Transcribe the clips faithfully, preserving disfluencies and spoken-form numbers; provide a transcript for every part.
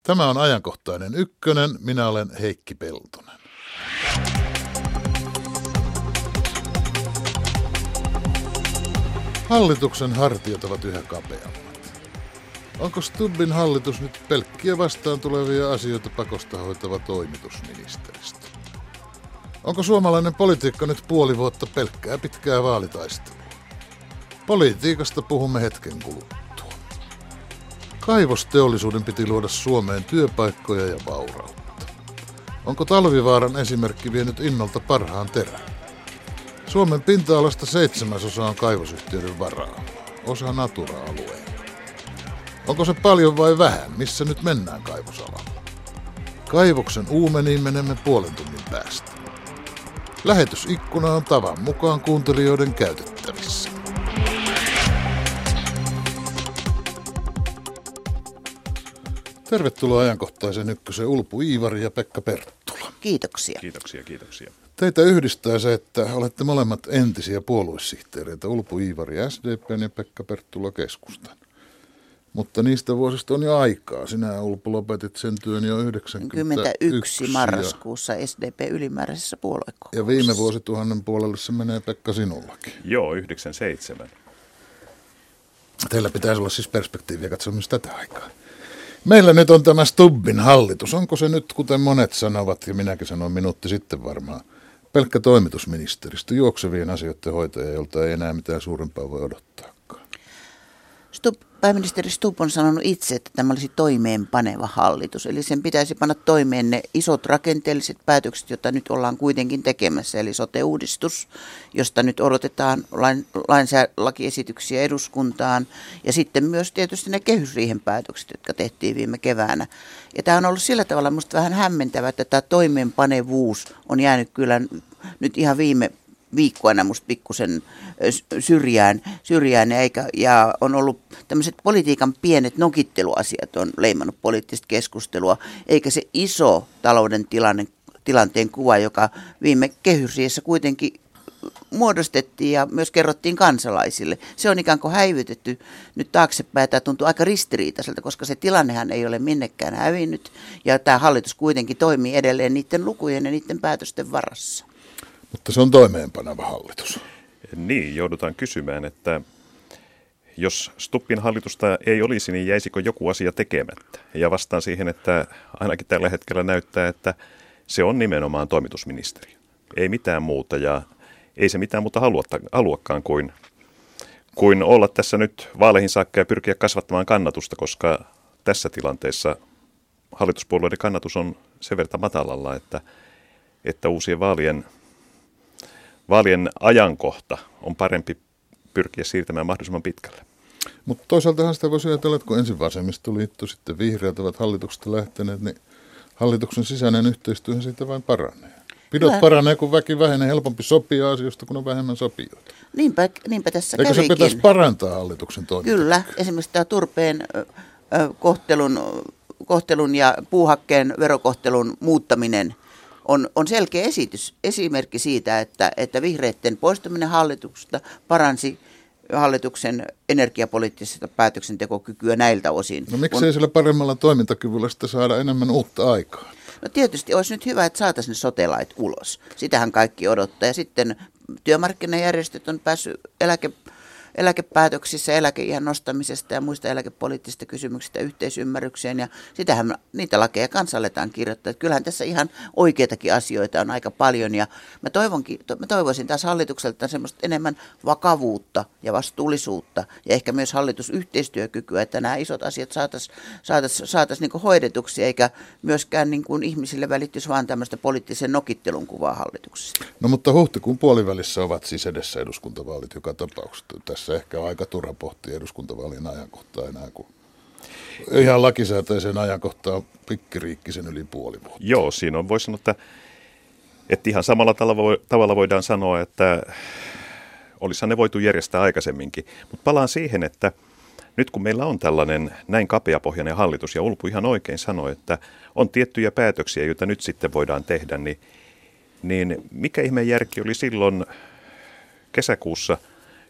Tämä on ajankohtainen ykkönen. Minä olen Heikki Peltonen. Hallituksen hartiat ovat yhä kapeammat. Onko Stubbin hallitus nyt pelkkiä vastaan tulevia asioita pakosta hoitava toimitusministeristö? Onko suomalainen politiikka nyt puoli vuotta pelkkää pitkää vaalitaistelua? Politiikasta puhumme hetken kuluttua. Kaivosteollisuuden piti luoda Suomeen työpaikkoja ja vaurautta. Onko Talvivaaran esimerkki vienyt innolta parhaan terän? Suomen pinta-alasta seitsemäsosa on kaivosyhtiöiden varaa, osa Natura-alueen. Onko se paljon vai vähän, missä nyt mennään kaivosalalla? Kaivoksen uumeniin menemme puolen tunnin päästä. Lähetysikkuna on tavan mukaan kuuntelijoiden käytettävissä. Tervetuloa ajankohtaisen ykkösen Ulpu Iivari ja Pekka Perttula. Kiitoksia. Kiitoksia, kiitoksia. Teitä yhdistää se, että olette molemmat entisiä puoluesihteereitä, Ulpu Iivari S D P:n ja Pekka Perttula keskustan. Mutta niistä vuosista on jo aikaa. Sinä, Ulpu, lopetit sen työn jo yhdeksänkymmentäyksi marraskuussa S D P ylimääräisessä puoluekokouksessa. Ja viime vuosituhannen puolelle se menee, Pekka, sinullakin. Joo, yhdeksänkymmentäseitsemän. Teillä pitäisi olla siis perspektiiviä katsoa myös tätä aikaa. Meillä nyt on tämä Stubbin hallitus. Onko se nyt, kuten monet sanovat, ja minäkin sanoin minuutti sitten varmaan, pelkkä toimitusministeristö, juoksevien asioiden hoitaja, jolta ei enää mitään suurempaa voi odottaakaan? Stubb, pääministeri Stubb on sanonut itse, että tämä olisi toimeenpaneva hallitus. Eli sen pitäisi panna toimeen ne isot rakenteelliset päätökset, joita nyt ollaan kuitenkin tekemässä. Eli sote-uudistus, josta nyt odotetaan lain, lainsäädäntölakiesityksiä eduskuntaan. Ja sitten myös tietysti ne kehysriihen päätökset, jotka tehtiin viime keväänä. Ja tämä on ollut sillä tavalla minusta vähän hämmentävä, että tämä toimeenpanevuus on jäänyt kyllä nyt ihan viime viikkoina musta pikkusen syrjään, syrjään eikä, ja on ollut tämmöiset politiikan pienet nokitteluasiat on leimannut poliittista keskustelua, eikä se iso talouden tilanne, tilanteen kuva, joka viime kehysriihessä kuitenkin muodostettiin ja myös kerrottiin kansalaisille. Se on ikään kuin häivytetty nyt taaksepäin. Tämä tuntuu aika ristiriitaiselta, koska se tilannehan ei ole minnekään hävinnyt ja tämä hallitus kuitenkin toimii edelleen niiden lukujen ja niiden päätösten varassa. Mutta se on toimeenpaneva hallitus. Niin, joudutaan kysymään, että jos Stubbin hallitusta ei olisi, niin jäisikö joku asia tekemättä? Ja vastaan siihen, että ainakin tällä hetkellä näyttää, että se on nimenomaan toimitusministeri. Ei mitään muuta ja ei se mitään muuta haluakaan kuin, kuin olla tässä nyt vaaleihin saakka ja pyrkiä kasvattamaan kannatusta, koska tässä tilanteessa hallituspuolueiden kannatus on sen verran matalalla, että, että uusien vaalien Vaalien ajankohta on parempi pyrkiä siirtämään mahdollisimman pitkälle. Mutta toisaaltahan sitä voisi ajatella, että kun ensin vasemmistoliitto, sitten vihreät ovat hallituksesta lähteneet, niin hallituksen sisäinen yhteistyöhän siitä vain paranee. Pidot Kyllä. paranee, kun väki vähenee, helpompi sopia asioista, kun on vähemmän sopijoita. Niinpä, niinpä tässä Eikö kävikin. se pitäisi parantaa hallituksen toimintaa? Kyllä, esimerkiksi tämä turpeen ö, kohtelun, kohtelun ja puuhakkeen verokohtelun muuttaminen On, on selkeä esitys, esimerkki siitä, että, että vihreiden poistuminen hallituksesta paransi hallituksen energiapoliittisesta päätöksentekokykyä näiltä osin. No miksei on, sillä paremmalla toimintakyvyllä sitten saada enemmän uutta aikaa? No tietysti olisi nyt hyvä, että saataisiin ne sote-lait ulos. Sitähän kaikki odottaa. Ja sitten työmarkkinajärjestöt on päässyt eläke... eläkepäätöksissä, eläkeiän nostamisesta ja muista eläkepoliittisista kysymyksistä yhteisymmärrykseen. Ja sitähän niitä lakeja kanssa aletaan kirjoittaa. Että kyllähän tässä ihan oikeitakin asioita on aika paljon. Ja mä, toivonkin, mä toivoisin taas hallitukselta semmoista enemmän vakavuutta ja vastuullisuutta ja ehkä myös hallitusyhteistyökykyä, että nämä isot asiat saataisiin saatais, saatais niinku hoidetuksi, eikä myöskään niinku ihmisille välittyisi vaan tämmöistä poliittisen nokittelun kuvaa hallituksesta. No mutta huhtikuun puolivälissä ovat siis edessä eduskuntavaalit joka tapauksessa. Tässä ehkä on aika turha pohtia eduskuntavaalien ajankohtaa enää, kun ihan lakisääteisen ajankohtaa pikkiriikkisen yli puoli vuotta. Joo, siinä on, voi sanoa, että, että ihan samalla tavalla voidaan sanoa, että olisihan ne voitu järjestää aikaisemminkin. Mutta palaan siihen, että nyt kun meillä on tällainen näin kapeapohjainen hallitus, ja Ulpu ihan oikein sanoi, että on tiettyjä päätöksiä, joita nyt sitten voidaan tehdä, niin, niin mikä ihmeen järki oli silloin kesäkuussa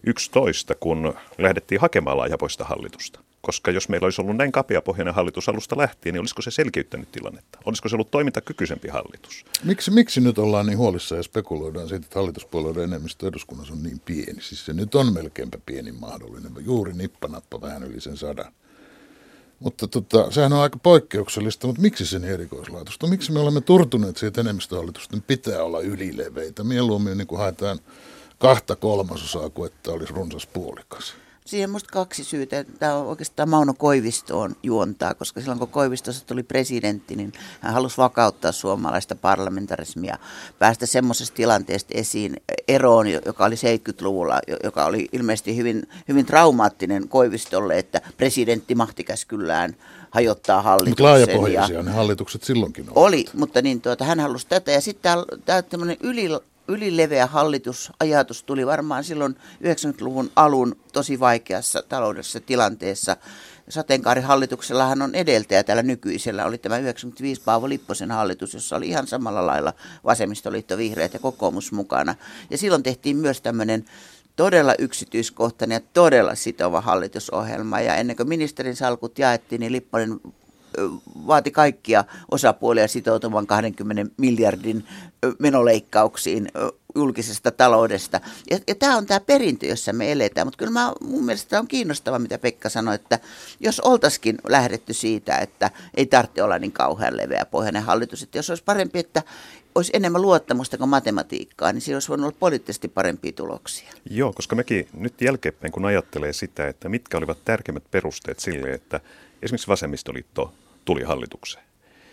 yksitoista, kun lähdettiin hakemaan laajapoista hallitusta. Koska jos meillä olisi ollut näin kapeapohjainen hallitus alusta lähtien, niin olisiko se selkiyttänyt tilannetta? Olisiko se ollut toimintakykyisempi hallitus? Miksi, miksi nyt ollaan niin huolissaan ja spekuloidaan siitä, että hallituspuolueiden enemmistö eduskunnassa on niin pieni? Siis se nyt on melkeinpä pienin mahdollinen, juuri nippanappa vähän yli sen sadan. Mutta tota, sehän on aika poikkeuksellista, mutta miksi se niin erikoislaatuista? Miksi me olemme turtuneet siitä enemmistöhallitusten pitää olla ylileveitä? Mieluummin niin kuin haetaan kahta kolmasosaa kuin että olisi runsas puolikas. Siihen on musta kaksi syytä. Tämä on oikeastaan Mauno Koivistoon juontaa, koska silloin kun Koivistosta tuli presidentti, niin hän halusi vakauttaa suomalaista parlamentarismia, päästä semmoisesta tilanteesta esiin eroon, joka oli seitsemänkymmentäluvulla, joka oli ilmeisesti hyvin, hyvin traumaattinen Koivistolle, että presidentti mahtikäskyllään hajottaa hallituksen. Mutta laajapohjaisia ja ne hallitukset silloinkin oli. Oli, mutta niin tuota, hän halusi tätä. Ja sitten tämä tämmöinen yli... Ylileveä hallitusajatus tuli varmaan silloin yhdeksänkymmentäluvun alun tosi vaikeassa taloudellisessa tilanteessa. Sateenkaarihallituksellahan on edeltäjä täällä nykyisellä. Oli tämä yhdeksänkymmentäviisi Paavo Lipposen hallitus, jossa oli ihan samalla lailla vasemmistoliitto, vihreät ja kokoomus mukana. Ja silloin tehtiin myös tämmöinen todella yksityiskohtainen ja todella sitova hallitusohjelma. Ja ennen kuin ministerin salkut jaettiin, niin Lipponen vaati kaikkia osapuolia sitoutumaan kahdenkymmenen miljardin menoleikkauksiin julkisesta taloudesta. Ja, ja tämä on tämä perintö, jossa me eletään. Mutta kyllä mä, mun mielestä on kiinnostavaa, mitä Pekka sanoi, että jos oltaisikin lähdetty siitä, että ei tarvitse olla niin kauhean leveä pohjainen hallitus, että jos olisi parempi, että olisi enemmän luottamusta kuin matematiikkaa, niin siinä olisi voinut olla poliittisesti parempia tuloksia. Joo, koska mekin nyt jälkeenpäin, kun ajattelee sitä, että mitkä olivat tärkeimmät perusteet sille, että esimerkiksi vasemmistoliitto tuli hallitukseen.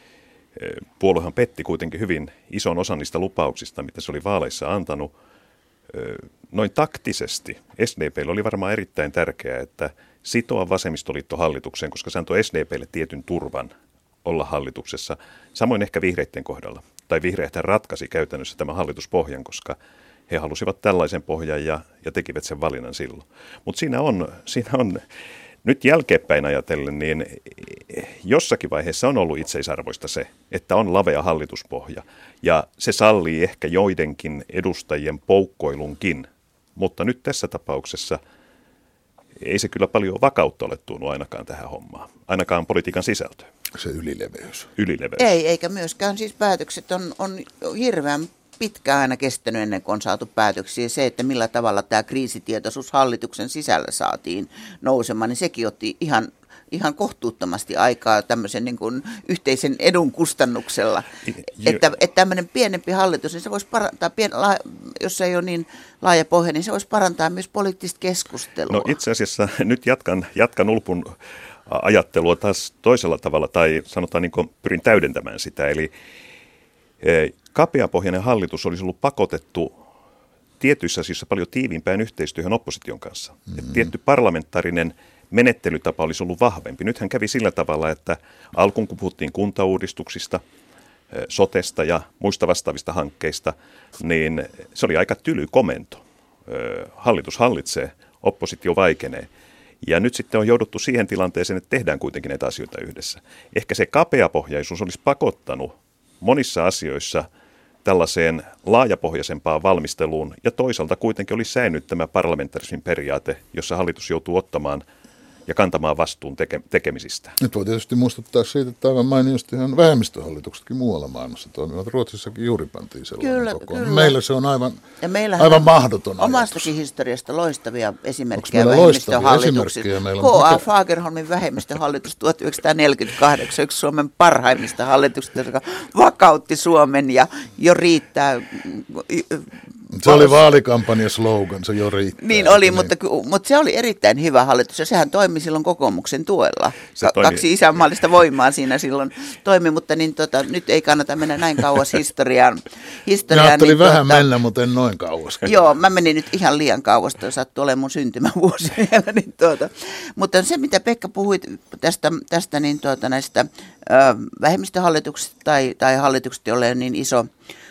Puoluehan petti kuitenkin hyvin ison osan niistä lupauksista, mitä se oli vaaleissa antanut. Noin taktisesti S D P:lle oli varmaan erittäin tärkeää, että sitoa vasemmistoliitto hallitukseen, koska se antoi S D P:lle tietyn turvan olla hallituksessa. Samoin ehkä vihreiden kohdalla. Tai vihreäthän ratkaisi käytännössä tämän hallituspohjan, koska he halusivat tällaisen pohjan ja, ja tekivät sen valinnan silloin. Mutta siinä on, siinä on nyt jälkeenpäin ajatellen, niin jossakin vaiheessa on ollut itseisarvoista se, että on lavea hallituspohja. Ja se sallii ehkä joidenkin edustajien poukkoilunkin. Mutta nyt tässä tapauksessa ei se kyllä paljon vakautta ole tuonut ainakaan tähän hommaan. Ainakaan politiikan sisältöön. Se ylileveys. Ylileveys. Ei, eikä myöskään siis päätökset on, on hirveän pitkään aina kestänyt ennen kuin on saatu päätöksiä. Se, että millä tavalla tämä kriisitietoisuus hallituksen sisällä saatiin nousemaan, niin sekin otti ihan, ihan kohtuuttomasti aikaa tämmöisen niin kuin yhteisen edun kustannuksella. Että, että tämmöinen pienempi hallitus, niin se voisi parantaa, pien, la, jos se ei ole niin laaja pohja, niin se voisi parantaa myös poliittista keskustelua. No itse asiassa nyt jatkan, jatkan Ulpun ajattelua taas toisella tavalla, tai sanotaan niin kuin pyrin täydentämään sitä. Eli kapeapohjainen hallitus olisi ollut pakotettu tietyissä asioissa paljon tiiviimpään yhteistyöhön opposition kanssa. Mm-hmm. Tietty parlamentaarinen menettelytapa olisi ollut vahvempi. Nythän kävi sillä tavalla, että alkuun kun puhuttiin kuntauudistuksista, sotesta ja muista vastaavista hankkeista, niin se oli aika tyly komento. Hallitus hallitsee, oppositio vaikenee. Ja nyt sitten on jouduttu siihen tilanteeseen, että tehdään kuitenkin näitä asioita yhdessä. Ehkä se kapeapohjaisuus olisi pakottanut monissa asioissa tällaiseen laajapohjaisempaan valmisteluun, ja toisaalta kuitenkin olisi säilynyt tämä parlamentarismin periaate, jossa hallitus joutuu ottamaan ja kantamaan vastuun teke- tekemisistä. Nyt voi tietysti muistuttaa siitä, että aivan mainiosti ihan vähemmistöhallituksetkin muualla maailmassa toimivat. Ruotsissakin juuri pantiin sellainen kyllä, kokoon. kyllä. Meillä se on aivan, aivan mahdoton omastakin ajatus. historiasta loistavia esimerkkejä vähemmistöhallituksista. K A. Fagerholmin vähemmistöhallitus tuhatyhdeksänsataaneljäkymmentäkahdeksan, yksi Suomen parhaimmista hallituksista, joka vakautti Suomen ja jo riittää. Se oli vaalikampanjan slogan, se jo riittää. Niin oli, mutta, mutta se oli erittäin hyvä hallitus ja sehän toimi silloin kokoomuksen tuella. Ka- kaksi isänmaallista voimaa siinä silloin toimi, mutta niin, tota, nyt ei kannata mennä näin kauas historiaan. historiaan Mä ajattelin niin, vähän tuota, mennä, mutta en noin kauas. Joo, mä menin nyt ihan liian kauas, toi sattui olemaan mun syntymävuosi vielä. Niin, tuota. Mutta se, mitä Pekka puhuit tästä, tästä niin, tuota, näistä ö, vähemmistöhallituksista tai, tai hallituksista, joille on niin iso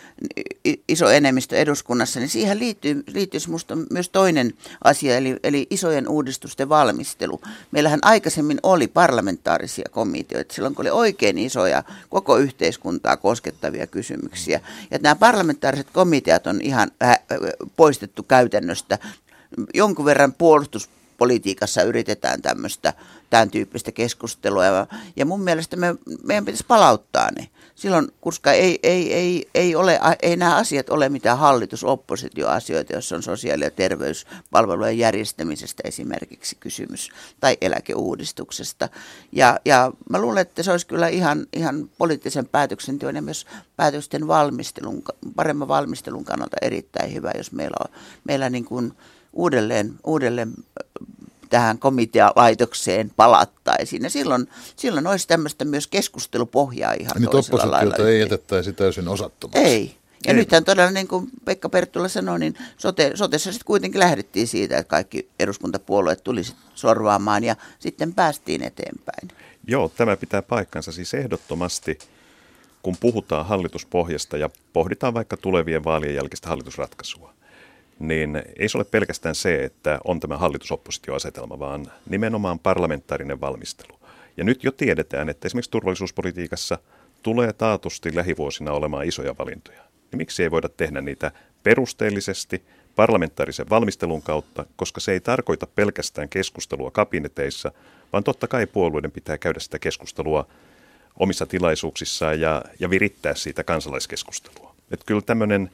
iso enemmistö eduskunnassa, niin siihen liittyy, liittyisi minusta myös toinen asia, eli, eli isojen uudistusten valmistelu. Meillähän aikaisemmin oli parlamentaarisia komiteoita, silloin kun oli oikein isoja koko yhteiskuntaa koskettavia kysymyksiä. Ja nämä parlamentaariset komiteat on ihan poistettu käytännöstä. jonkun verran puolustuspolitiikassa yritetään tämmöistä, tämän tyyppistä keskustelua. Ja, ja mun mielestä me, meidän pitäisi palauttaa ne. Silloin, koska ei, ei, ei, ei, ole, ei nämä asiat ole mitään hallitus-oppositioasioita, jos on sosiaali- ja terveyspalvelujen järjestämisestä esimerkiksi kysymys, tai eläkeuudistuksesta. Ja, ja mä luulen, että se olisi kyllä ihan, ihan poliittisen päätöksenteon ja myös päätösten valmistelun, paremman valmistelun kannalta erittäin hyvä, jos meillä, on, meillä niin kuin uudelleen, uudelleen tähän komitealaitokseen palattaisiin. Ja silloin, silloin olisi tämmöistä myös keskustelupohjaa ihan niin toisella lailla. Oppositiota ei jätettäisi täysin osattomaksi. Ei. Ja ei. Nythän todella, niin kuin Pekka Perttula sanoi, niin sote, sotessa sitten kuitenkin lähdettiin siitä, että kaikki eduskuntapuolueet tulisi sorvaamaan ja sitten päästiin eteenpäin. Joo, tämä pitää paikkansa siis ehdottomasti, kun puhutaan hallituspohjasta ja pohditaan vaikka tulevien vaalien jälkeistä hallitusratkaisua. Niin ei se ole pelkästään se, että on tämä hallitus-oppositioasetelma, vaan nimenomaan parlamentaarinen valmistelu. Ja nyt jo tiedetään, että esimerkiksi turvallisuuspolitiikassa tulee taatusti lähivuosina olemaan isoja valintoja. Ja miksi ei voida tehdä niitä perusteellisesti parlamentaarisen valmistelun kautta, koska se ei tarkoita pelkästään keskustelua kabineteissa, vaan totta kai puolueiden pitää käydä sitä keskustelua omissa tilaisuuksissaan ja, ja virittää siitä kansalaiskeskustelua. Että kyllä tämmöinen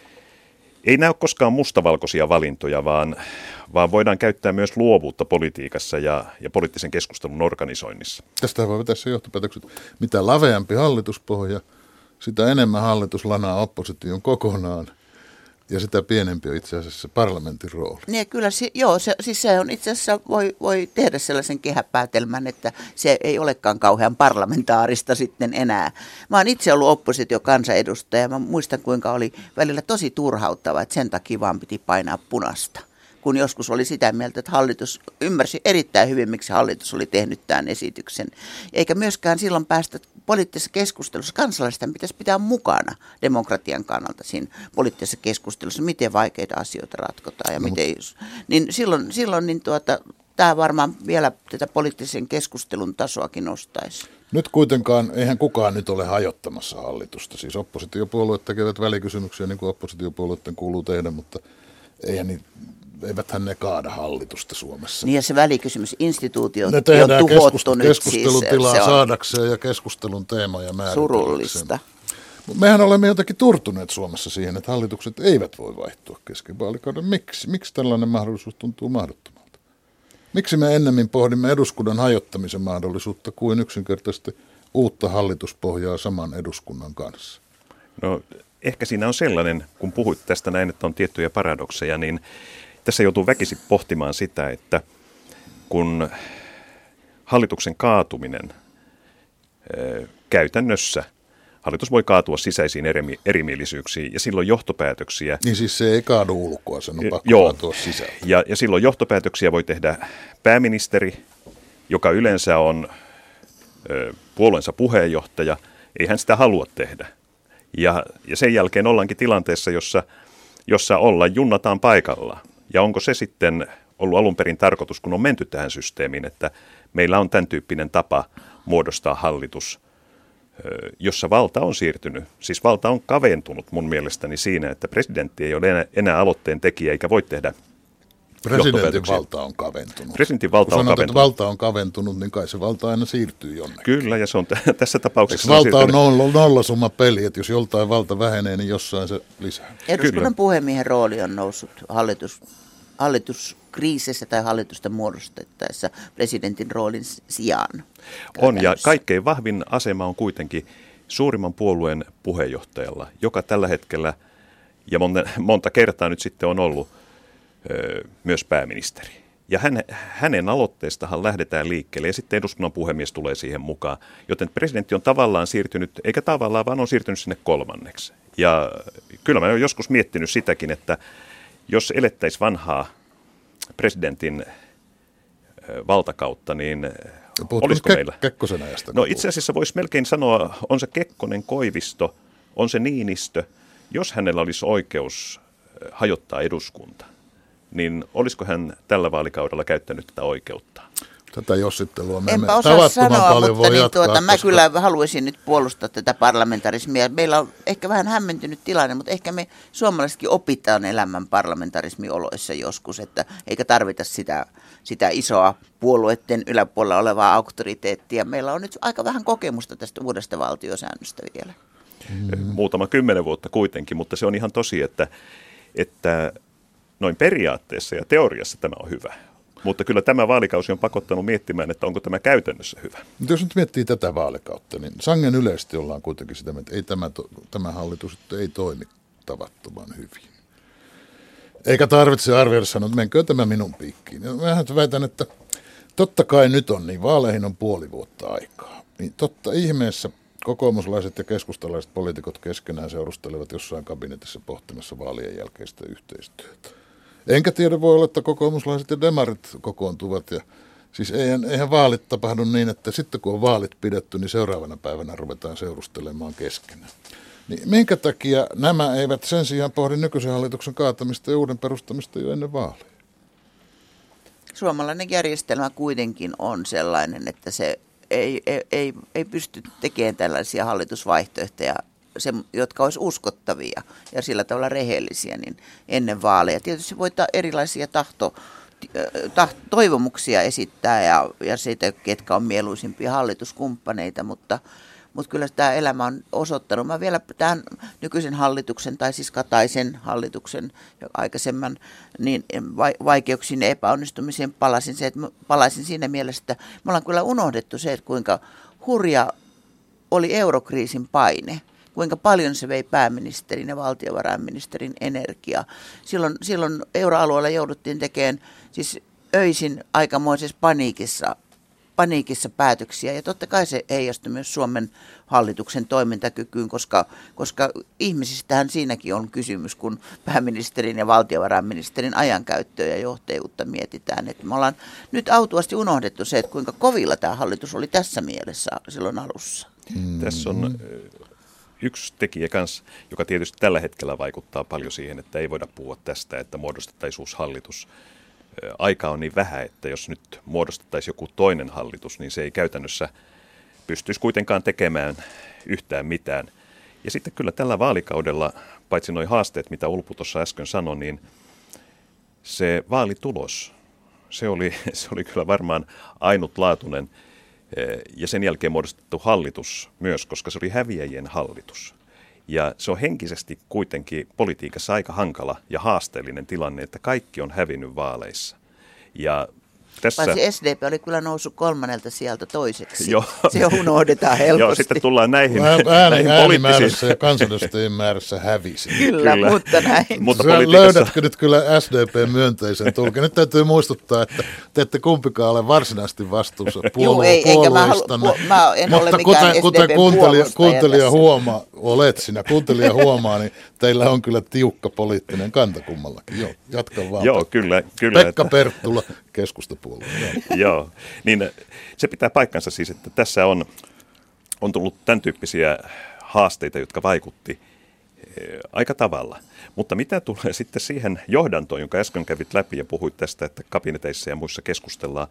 ei näy koskaan mustavalkoisia valintoja, vaan, vaan voidaan käyttää myös luovuutta politiikassa ja, ja poliittisen keskustelun organisoinnissa. Tästä voi vetää se johtopäätökset. Mitä laveampi hallituspohja, sitä enemmän hallitus lanaa opposition kokonaan ja sitä pienempi on itse asiassa parlamentin rooli. Niin kyllä, joo, se, siis se on itse asiassa, voi, voi tehdä sellaisen kehäpäätelmän, että se ei olekaan kauhean parlamentaarista sitten enää. Mä oon itse ollut oppositiokansanedustaja ja mä muistan kuinka oli välillä tosi turhauttava, että sen takia vaan piti painaa punasta. Kun joskus oli sitä mieltä, että hallitus ymmärsi erittäin hyvin, miksi hallitus oli tehnyt tämän esityksen. Eikä myöskään silloin päästä poliittisessa keskustelussa, kansalaisten pitäisi pitää mukana demokratian kannalta siinä poliittisessa keskustelussa, miten vaikeita asioita ratkotaan ja no, miten, niin silloin, silloin niin tuota, tämä varmaan vielä tätä poliittisen keskustelun tasoakin nostaisi. Nyt kuitenkaan, eihän kukaan nyt ole hajottamassa hallitusta. Siis oppositiopuolueet tekevät välikysymyksiä niin kuin oppositiopuolueiden kuuluu tehdä, mutta eihän niin, eiväthän ne kaada hallitusta Suomessa. Niin ja se välikysymys, instituutiot on tuhottu keskust- nyt keskustelutilaa siis. saadakseen ja keskustelun teemoja määritelläkseen. Surullista. Mehän olemme jotenkin turtuneet Suomessa siihen, että hallitukset eivät voi vaihtua kesken vaalikauden. Miksi? Miksi tällainen mahdollisuus tuntuu mahdottomalta? Miksi me ennemmin pohdimme eduskunnan hajottamisen mahdollisuutta kuin yksinkertaisesti uutta hallituspohjaa saman eduskunnan kanssa? No ehkä siinä on sellainen, kun puhuit tästä näin, että on tiettyjä paradokseja, niin tässä joutuu väkisin pohtimaan sitä, että kun hallituksen kaatuminen ää, käytännössä, hallitus voi kaatua sisäisiin eri, erimielisyyksiin ja silloin johtopäätöksiä. Niin siis se ei kaadu ulkoa, sen on pakko joo, kaatua sisään. Ja, ja silloin johtopäätöksiä voi tehdä pääministeri, joka yleensä on ä, puolueensa puheenjohtaja, ei hän sitä halua tehdä. Ja, ja sen jälkeen ollaankin tilanteessa, jossa, jossa ollaan, junnataan paikalla. Ja onko se sitten ollut alun perin tarkoitus, kun on menty tähän systeemiin, että meillä on tämän tyyppinen tapa muodostaa hallitus, jossa valta on siirtynyt. Siis valta on kaventunut mun mielestäni siinä, että presidentti ei ole enää, enää aloitteen tekijä eikä voi tehdä Presidentin valta on kaventunut. Presidentin valta kun on sanot, kaventunut. Että valta on kaventunut, niin kai se valta aina siirtyy jonnekin. Kyllä, ja se on t- tässä tapauksessa... Eikö valta on siirtynyt... nolla, nollasumma peli, että jos joltain valta vähenee, niin jossain se lisää. Eduskunnan Kyllä. puhemiehen rooli on noussut hallitus, hallituskriisissä tai hallitusta muodostettaessa presidentin roolin sijaan. On, ja kaikkein vahvin asema on kuitenkin suurimman puolueen puheenjohtajalla, joka tällä hetkellä, ja monta, monta kertaa nyt sitten on ollut ö, myös pääministeri. Ja hän, hänen aloitteestahan lähdetään liikkeelle, ja sitten eduskunnan puhemies tulee siihen mukaan. Joten presidentti on tavallaan siirtynyt, eikä tavallaan, vaan on siirtynyt sinne kolmanneksi. Ja kyllä mä olen joskus miettinyt sitäkin, että jos elettäisiin vanhaa presidentin ö, valtakautta, niin... Puhutko olisiko Ke- meillä? Kekkosen ajasta? No itse asiassa voisi melkein sanoa, on se Kekkonen, Koivisto, on se Niinistö. Jos hänellä olisi oikeus hajottaa eduskunta, niin olisiko hän tällä vaalikaudella käyttänyt tätä oikeutta? Tätä jossittelua me Enpä emme osaa tavattoman sanoa, paljon mutta voi niin jatkaa, tuota, mä koska... kyllä haluaisin nyt puolustaa tätä parlamentarismia. Meillä on ehkä vähän hämmentynyt tilanne, mutta ehkä me suomalaisetkin opitaan elämän parlamentarismioloissa joskus, että eikä tarvita sitä, sitä isoa puolueiden yläpuolella olevaa auktoriteettia. Meillä on nyt aika vähän kokemusta tästä uudesta valtiosäännöstä vielä. Mm. Muutama kymmenen vuotta kuitenkin, mutta se on ihan tosi, että, että noin periaatteessa ja teoriassa tämä on hyvä. Mutta kyllä tämä vaalikausi on pakottanut miettimään, että onko tämä käytännössä hyvä. Mutta jos nyt miettii tätä vaalikautta, niin sangen yleisesti ollaan kuitenkin sitä, että ei tämä, tämä hallitus ei toimi tavattoman hyvin. Eikä tarvitse arvioida sanoa, että menkö tämä minun piikkiin. Ja mä väitän, että totta kai nyt on niin, vaaleihin on puoli vuotta aikaa. Niin totta ihmeessä kokoomuslaiset ja keskustalaiset poliitikot keskenään seurustelevat jossain kabinetissa pohtimassa vaalien jälkeistä yhteistyötä. Enkä tiedä, voi olla, että kokoomuslaiset ja demarit kokoontuvat. Ja, siis eihän, eihän vaalit tapahdu niin, että sitten kun on vaalit pidetty, niin seuraavana päivänä ruvetaan seurustelemaan keskenään. Niin minkä takia nämä eivät sen sijaan pohdi nykyisen hallituksen kaatamista ja uuden perustamista jo ennen vaaleja? Suomalainen järjestelmä kuitenkin on sellainen, että se ei, ei, ei, ei pysty tekemään tällaisia hallitusvaihtoehtoja, se, jotka olisi uskottavia ja sillä tavalla rehellisiä niin ennen vaaleja. Tietysti voi erilaisia tahto, tahto, toivomuksia esittää ja, ja siitä, ketkä on mieluisimpia hallituskumppaneita, mutta, mutta kyllä tämä elämä on osoittanut. Mä vielä tämän nykyisen hallituksen, tai siis Kataisen hallituksen aikaisemman, niin vaikeuksiin ja epäonnistumiseen palasin, se, että palasin siinä mielessä, että me ollaan kyllä unohdettu se, että kuinka hurja oli eurokriisin paine. Kuinka paljon se vei pääministerin ja valtiovarainministerin energiaa. Silloin, silloin euroalueella jouduttiin tekemään siis öisin aikamoisessa paniikissa, paniikissa päätöksiä. Ja totta kai se heijastui myös Suomen hallituksen toimintakykyyn, koska, koska ihmisistähän siinäkin on kysymys, kun pääministerin ja valtiovarainministerin ajankäyttöä ja johtajuutta mietitään. Että me ollaan nyt autuasti unohdettu se, että kuinka kovilla tämä hallitus oli tässä mielessä silloin alussa. Mm. Tässä on yksi tekijä kanssa, joka tietysti tällä hetkellä vaikuttaa paljon siihen, että ei voida puhua tästä, että muodostettaisiin uusi hallitus. Aika on niin vähän, että jos nyt muodostettaisiin joku toinen hallitus, niin se ei käytännössä pystyisi kuitenkaan tekemään yhtään mitään. Ja sitten kyllä tällä vaalikaudella, paitsi nuo haasteet, mitä Ulpu tuossa äsken sanoi, niin se vaalitulos, se oli, se oli kyllä varmaan ainutlaatuinen. Ja sen jälkeen muodostettu hallitus myös, koska se oli häviäjien hallitus. Ja se on henkisesti kuitenkin politiikassa aika hankala ja haasteellinen tilanne, että kaikki on hävinnyt vaaleissa. Ja tässä... Paitsi S D P oli kyllä noussut kolmannelta sieltä toiseksi. Se unohdetaan helposti. Joo, sitten tullaan näihin, Ääni, näihin äänimäärässä ja kansanedustajien määrässä hävisi. Kyllä, kyllä, mutta näin. Mutta politiikassa... Löydätkö nyt kyllä S D P-myönteisen tulkin? Nyt täytyy muistuttaa, että te ette kumpikaan ole varsinaisesti vastuussa puolue- puolueistanne. Mä, mä en mutta ole kuten, kuten kuuntelija, kuuntelija tässä. huomaa, olet sinä, kuuntelija huomaa, niin teillä on kyllä tiukka poliittinen kanta kummallakin. Joo, jatka vaan. Joo, kyllä. kyllä Pekka että... Perttula, keskustapuolue. Joo, niin se pitää paikkansa siis, että tässä on, on tullut tämän tyyppisiä haasteita, jotka vaikutti aika tavalla. Mutta mitä tulee sitten siihen johdantoon, jonka äsken kävit läpi ja puhuit tästä, että kabineteissa ja muissa keskustellaan.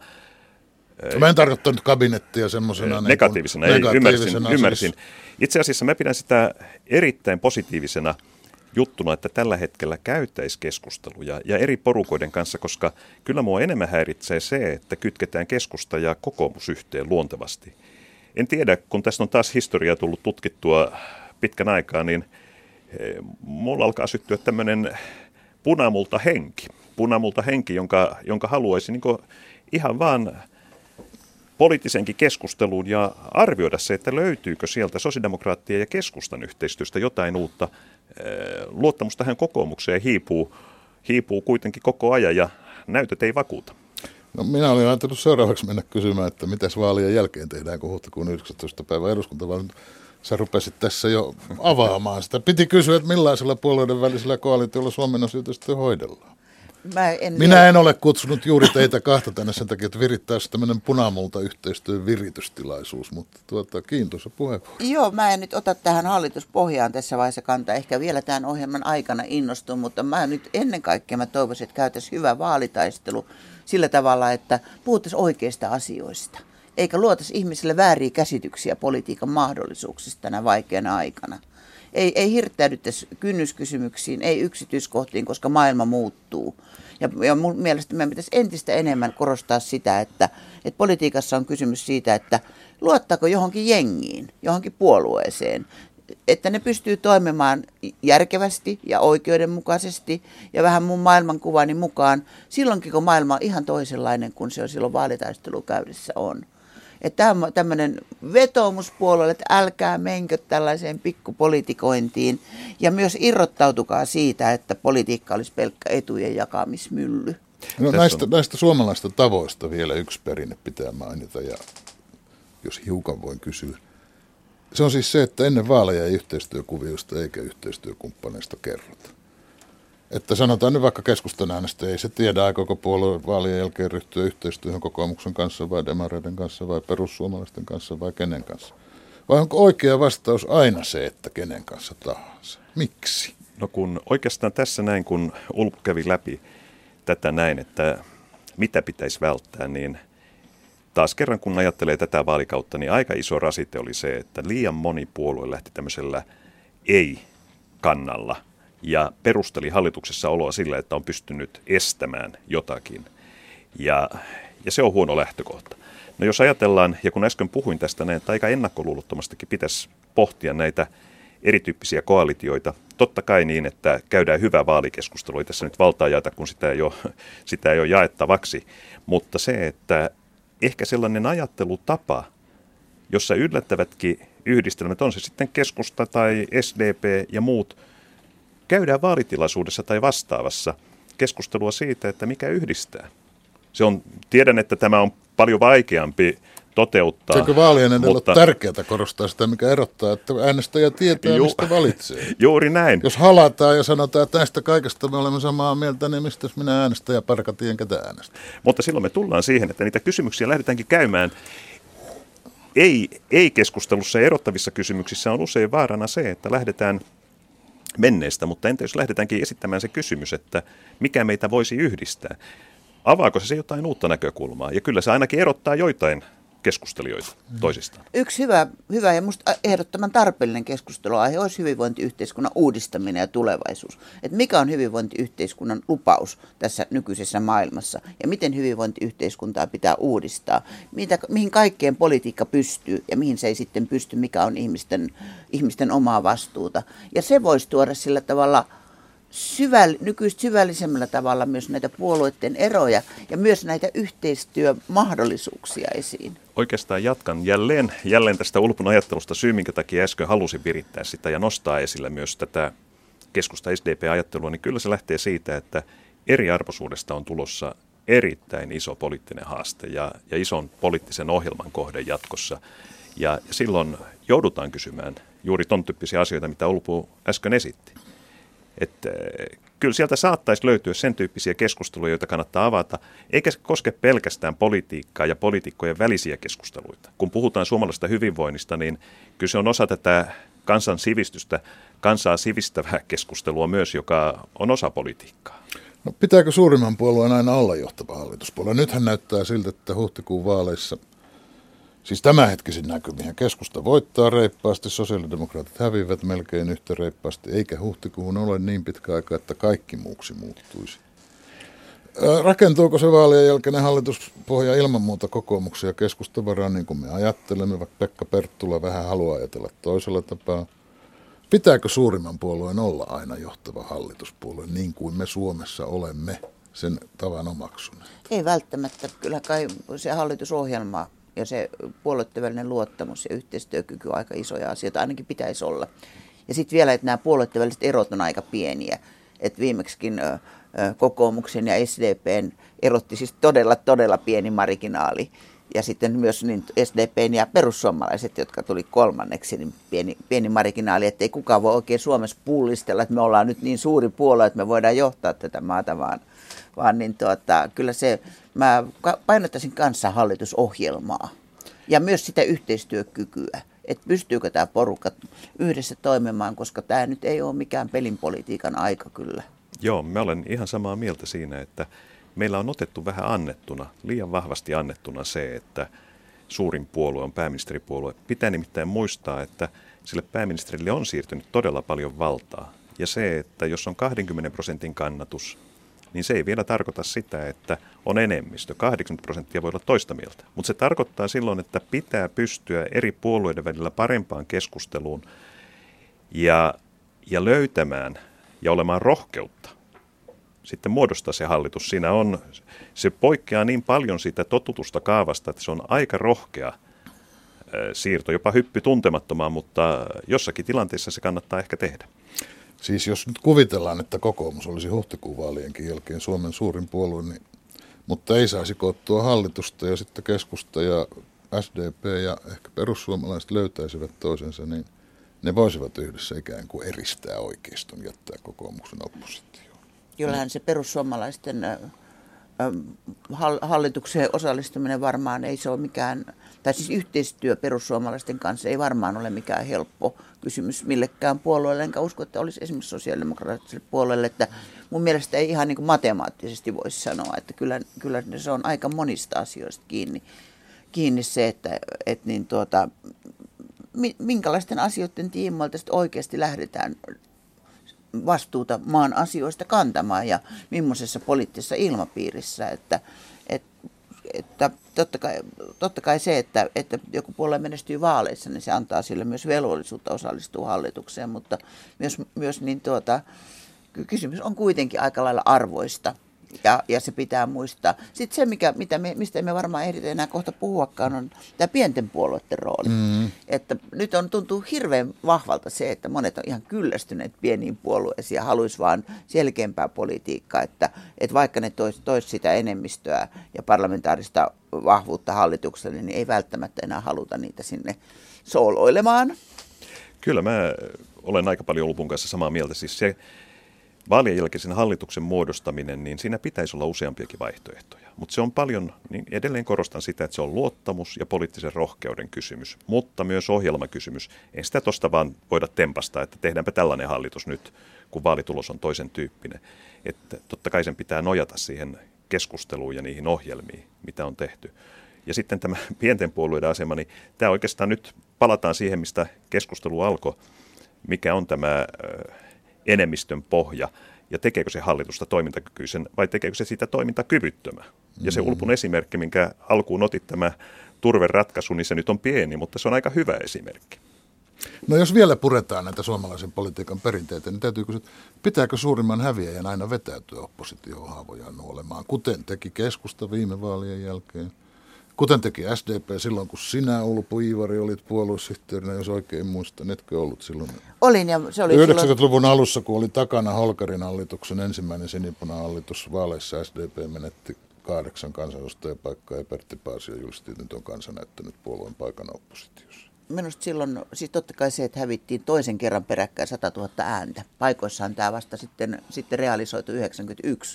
Mä en tarkoittanut kabinettia semmoisena negatiivisena, niin ei, ymmärsin. siis. ymmärsin. Itse asiassa mä pidän sitä erittäin positiivisena juttuna, että tällä hetkellä käytäisiin keskusteluja ja eri porukoiden kanssa, koska kyllä mua enemmän häiritsee se, että kytketään keskusta ja kokoomus yhteen luontevasti. En tiedä, kun tässä on taas historiaa tullut tutkittua pitkän aikaa, niin mulla alkaa syttyä tämmöinen punamulta henki. Punamulta henki, jonka, jonka haluaisi niin ihan vaan poliittisenkin keskusteluun ja arvioida se, että löytyykö sieltä sosiaalidemokraattien ja keskustan yhteistyöstä jotain uutta. Luottamus tähän kokoomukseen hiipuu, hiipuu kuitenkin koko ajan ja näytöt ei vakuuta. No minä olin ajatellut seuraavaksi mennä kysymään, että mitäs vaalien jälkeen tehdään, kun huhtikuun yhdeksästoista päivä eduskuntavaalit. Sä rupesit tässä jo avaamaan sitä. Piti kysyä, että millaisella puolueiden välisellä koalitiolla Suomen asioita sitten hoidellaan. Mä en Minä vielä... en ole kutsunut juuri teitä kahta tänne sen takia, että virittäisi tämmöinen punamulta-yhteistyön viritystilaisuus, mutta tuota, kiintoisa puheenvuoro. Joo, mä en nyt ota tähän hallituspohjaan tässä vaiheessa kantaa. Ehkä vielä tämän ohjelman aikana innostun, mutta mä nyt ennen kaikkea mä toivoisin, että käytäisiin hyvä vaalitaistelu sillä tavalla, että puhuttaisiin oikeista asioista. Eikä luotaisi ihmisille vääriä käsityksiä politiikan mahdollisuuksista tänä vaikeana aikana. Ei, ei hirttäydyttäisi kynnyskysymyksiin, ei yksityiskohtiin, koska maailma muuttuu. Ja, ja mun mielestä meidän pitäisi entistä enemmän korostaa sitä, että, että politiikassa on kysymys siitä, että luottaako johonkin jengiin, johonkin puolueeseen, että ne pystyy toimimaan järkevästi ja oikeudenmukaisesti ja vähän mun maailmankuvani mukaan silloinkin, kun maailma on ihan toisenlainen kuin se on silloin vaalitaistelu käydessä on. Että tämä on tämmöinen vetoomus puolueelle, että älkää menkö tällaiseen pikkupolitikointiin ja myös irrottautukaa siitä, että politiikka olisi pelkkä etujen jakamismylly. No, näistä, näistä suomalaista tavoista vielä yksi perinne pitää mainita, ja jos hiukan voin kysyä. Se on siis se, että ennen vaaleja ei yhteistyökuvioista eikä yhteistyökumppaneista kerrota. Että sanotaan nyt vaikka keskustan äänestä, ei se tiedä, aikooko puolue vaalien jälkeen ryhtyä yhteistyöhön kokoomuksen kanssa vai demareiden kanssa vai perussuomalaisten kanssa vai kenen kanssa. Vai onko oikea vastaus aina se, että kenen kanssa tahansa? Miksi? No kun oikeastaan tässä näin, kun Ulp kävi läpi tätä näin, että mitä pitäisi välttää, niin taas kerran kun ajattelee tätä vaalikautta, niin aika iso rasite oli se, että liian moni puolue lähti tämmöisellä ei-kannalla ja perusteli hallituksessa oloa sillä, että on pystynyt estämään jotakin. Ja, ja se on huono lähtökohta. No jos ajatellaan, ja kun äsken puhuin tästä näin, että aika ennakkoluulottomastikin pitäisi pohtia näitä erityyppisiä koalitioita. Totta kai niin, että käydään hyvää vaalikeskustelua, ei tässä nyt valtaa jaeta, kun sitä ei ole, sitä ei ole jaettavaksi. Mutta se, että ehkä sellainen ajattelutapa, jossa yllättävätkin yhdistelmät, on se sitten keskusta tai S D P ja muut, käydään vaalitilaisuudessa tai vastaavassa keskustelua siitä, että mikä yhdistää. Se on, tiedän, että tämä on paljon vaikeampi toteuttaa. Seikö vaalien edellä mutta... on tärkeää korostaa sitä, mikä erottaa, että äänestäjä tietää, Ju... mistä valitsee. Juuri näin. Jos halataan ja sanotaan, että näistä kaikesta me olemme samaa mieltä, niin mistä minä äänestän ja parkatien ketä äänestän. Mutta silloin me tullaan siihen, että niitä kysymyksiä lähdetäänkin käymään. Ei, ei keskustelussa ja erottavissa kysymyksissä on usein vaarana se, että lähdetään menneestä, mutta entä jos lähdetäänkin esittämään se kysymys, että mikä meitä voisi yhdistää? Avaako se jotain uutta näkökulmaa? Ja kyllä se ainakin erottaa joitain keskustelijoita toisistaan. Yksi hyvä, hyvä ja musta ehdottoman tarpeellinen keskusteluaihe olisi hyvinvointiyhteiskunnan uudistaminen ja tulevaisuus. Että mikä on hyvinvointiyhteiskunnan lupaus tässä nykyisessä maailmassa ja miten hyvinvointiyhteiskuntaa pitää uudistaa, mitä, mihin kaikkeen politiikka pystyy ja mihin se ei sitten pysty, mikä on ihmisten, ihmisten omaa vastuuta. Ja se voisi tuoda sillä tavalla syväll, nykyistä syvällisemmällä tavalla myös näitä puolueiden eroja ja myös näitä yhteistyömahdollisuuksia esiin. Oikeastaan jatkan jälleen, jälleen tästä Ulpun ajattelusta, syy minkä takia äsken halusin virittää sitä ja nostaa esille myös tätä keskusta S D P-ajattelua, niin kyllä se lähtee siitä, että eriarvoisuudesta on tulossa erittäin iso poliittinen haaste ja, ja ison poliittisen ohjelman kohde jatkossa. Ja, ja silloin joudutaan kysymään juuri ton tyyppisiä asioita, mitä Ulpu äsken esitti. Että kyllä sieltä saattaisi löytyä sen tyyppisiä keskusteluja, joita kannattaa avata, eikä se koske pelkästään politiikkaa ja poliitikkojen välisiä keskusteluita. Kun puhutaan suomalaisesta hyvinvoinnista, niin kyllä se on osa tätä kansan sivistystä, kansaa sivistävää keskustelua myös, joka on osa politiikkaa. No, pitääkö suurimman puolueen aina olla johtava hallituspuolue? Nythän näyttää siltä, että huhtikuun vaaleissa, siis tämänhetkisin näkymiä, keskusta voittaa reippaasti, sosiaalidemokraatit häviävät melkein yhtä reippaasti, eikä huhtikuun ole niin pitkä aika, että kaikki muuksi muuttuisi. Rakentuuko se vaalien jälkeinen hallituspohja ilman muuta kokoomuksia ja keskustan varaan, niin kuin me ajattelemme, vaikka Pekka Perttula vähän haluaa ajatella toisella tapaa? Pitääkö suurimman puolueen olla aina johtava hallituspuolue, niin kuin me Suomessa olemme sen tavan omaksuneet? Ei välttämättä. Kyllä kai se hallitusohjelma ja se puolueiden välinen luottamus ja yhteistyökyky on aika isoja asioita, ainakin pitäisi olla. Ja sitten vielä, että nämä puolueiden väliset erot on aika pieniä. Että viimeksikin ö, ö, kokoomuksen ja S D P:n erotti siis todella, todella pieni marginaali. ja sitten myös niin S D P:n ja perussuomalaiset, jotka tuli kolmanneksi, niin pieni, pieni marginaali, että ei kukaan voi oikein Suomessa pullistella, että me ollaan nyt niin suuri puolue, että me voidaan johtaa tätä maata, vaan, vaan niin tuota, kyllä se, mä painottaisin kanssa hallitusohjelmaa ja myös sitä yhteistyökykyä, että pystyykö tämä porukka yhdessä toimimaan, koska tämä nyt ei ole mikään pelinpolitiikan aika kyllä. Joo, mä olen ihan samaa mieltä siinä, että meillä on otettu vähän annettuna, liian vahvasti annettuna se, että suurin puolue on pääministeripuolue. Pitää nimittäin muistaa, että sille pääministerille on siirtynyt todella paljon valtaa. Ja se, että jos on kaksikymmentä prosentin kannatus, niin se ei vielä tarkoita sitä, että on enemmistö. kahdeksankymmentä prosenttia voi olla toista mieltä. Mutta se tarkoittaa silloin, että pitää pystyä eri puolueiden välillä parempaan keskusteluun ja, ja löytämään ja olemaan rohkeutta sitten muodostaa se hallitus. Siinä on, se poikkeaa niin paljon siitä totutusta kaavasta, että se on aika rohkea siirto, jopa hyppy tuntemattomaan, mutta jossakin tilanteessa se kannattaa ehkä tehdä. Siis jos nyt kuvitellaan, että kokoomus olisi huhtikuun vaalienkin jälkeen Suomen suurin puolue, niin, mutta ei saisi koottua hallitusta ja sitten keskusta ja S D P ja ehkä perussuomalaiset löytäisivät toisensa, niin ne voisivat yhdessä ikään kuin eristää oikeiston, jättää kokoomuksen oppositioon. Kyllähän se perussuomalaisten äh, hallitukseen osallistuminen varmaan ei se ole mikään, tai siis yhteistyö perussuomalaisten kanssa ei varmaan ole mikään helppo kysymys millekään puolueelle, enkä usko, että olisi esimerkiksi sosiaalidemokraattiselle puolelle, että mun mielestä ei ihan niin kuin matemaattisesti voisi sanoa, että kyllä, kyllä se on aika monista asioista kiinni, kiinni se, että, että niin tuota, minkälaisten asioiden tiimoilta sitten oikeasti lähdetään vastuuta maan asioista kantamaan ja millaisessa poliittisessa ilmapiirissä, että, että, että totta, kai, totta kai se, että, että joku puolue menestyy vaaleissa, niin se antaa sille myös velvollisuutta osallistua hallitukseen, mutta myös, myös niin tuota, kysymys on kuitenkin aika lailla arvoista. Ja, ja se pitää muistaa. Sitten se, mikä, mitä me, mistä emme varmaan ehditä enää kohta puhuakaan, on tämä pienten puolueiden rooli. Mm. Että nyt on tuntuu hirveän vahvalta se, että monet on ihan kyllästyneet pieniin puolueisiin ja haluaisi vaan selkeämpää politiikkaa, että, että vaikka ne tois, tois sitä enemmistöä ja parlamentaarista vahvuutta hallitukselle, niin ei välttämättä enää haluta niitä sinne sooloilemaan. Kyllä mä olen aika paljon Lupun kanssa samaa mieltä. Siis se vaalien jälkeisen hallituksen muodostaminen, niin siinä pitäisi olla useampiakin vaihtoehtoja. Mutta se on paljon, niin edelleen korostan sitä, että se on luottamus ja poliittisen rohkeuden kysymys, mutta myös ohjelmakysymys. Ei sitä tuosta vaan voida tempasta, että tehdäänpä tällainen hallitus nyt, kun vaalitulos on toisen tyyppinen. Että totta kai sen pitää nojata siihen keskusteluun ja niihin ohjelmiin, mitä on tehty. Ja sitten tämä pienten puolueiden asema, niin tämä oikeastaan nyt palataan siihen, mistä keskustelu alkoi, mikä on tämä enemmistön pohja, ja tekeekö se hallitusta toimintakykyisen, vai tekeekö se sitä toimintakyvyttömän. Mm-hmm. Ja se Ulpun esimerkki, minkä alkuun otit tämä turveratkaisu, niin se nyt on pieni, mutta se on aika hyvä esimerkki. No jos vielä puretaan näitä suomalaisen politiikan perinteitä, niin täytyy kysyä, pitääkö suurimman häviäjän aina vetäytyä oppositioon haavojaan nuolemaan, kuten teki keskusta viime vaalien jälkeen? Kuten teki S D P silloin, kun sinä, Ulpu Iivari, olit puoluesihteerinä, jos oikein muistan, etkö ollut silloin? Olin, ja se oli yhdeksänkymmentäluvun silloin alussa, kun oli takana Holkerin hallituksen ensimmäinen sinipunahallitus, vaaleissa S D P menetti kahdeksan kansanedustajapaikkaa ja Pertti Paasio julisti, että nyt on kansa näyttänyt puolueen paikan oppositiossa. Minusta silloin, siis totta kai se, että hävittiin toisen kerran peräkkäin sata tuhatta ääntä. Paikoissaan tämä vasta sitten, sitten realisoitu yhdeksänkymmentäyksi,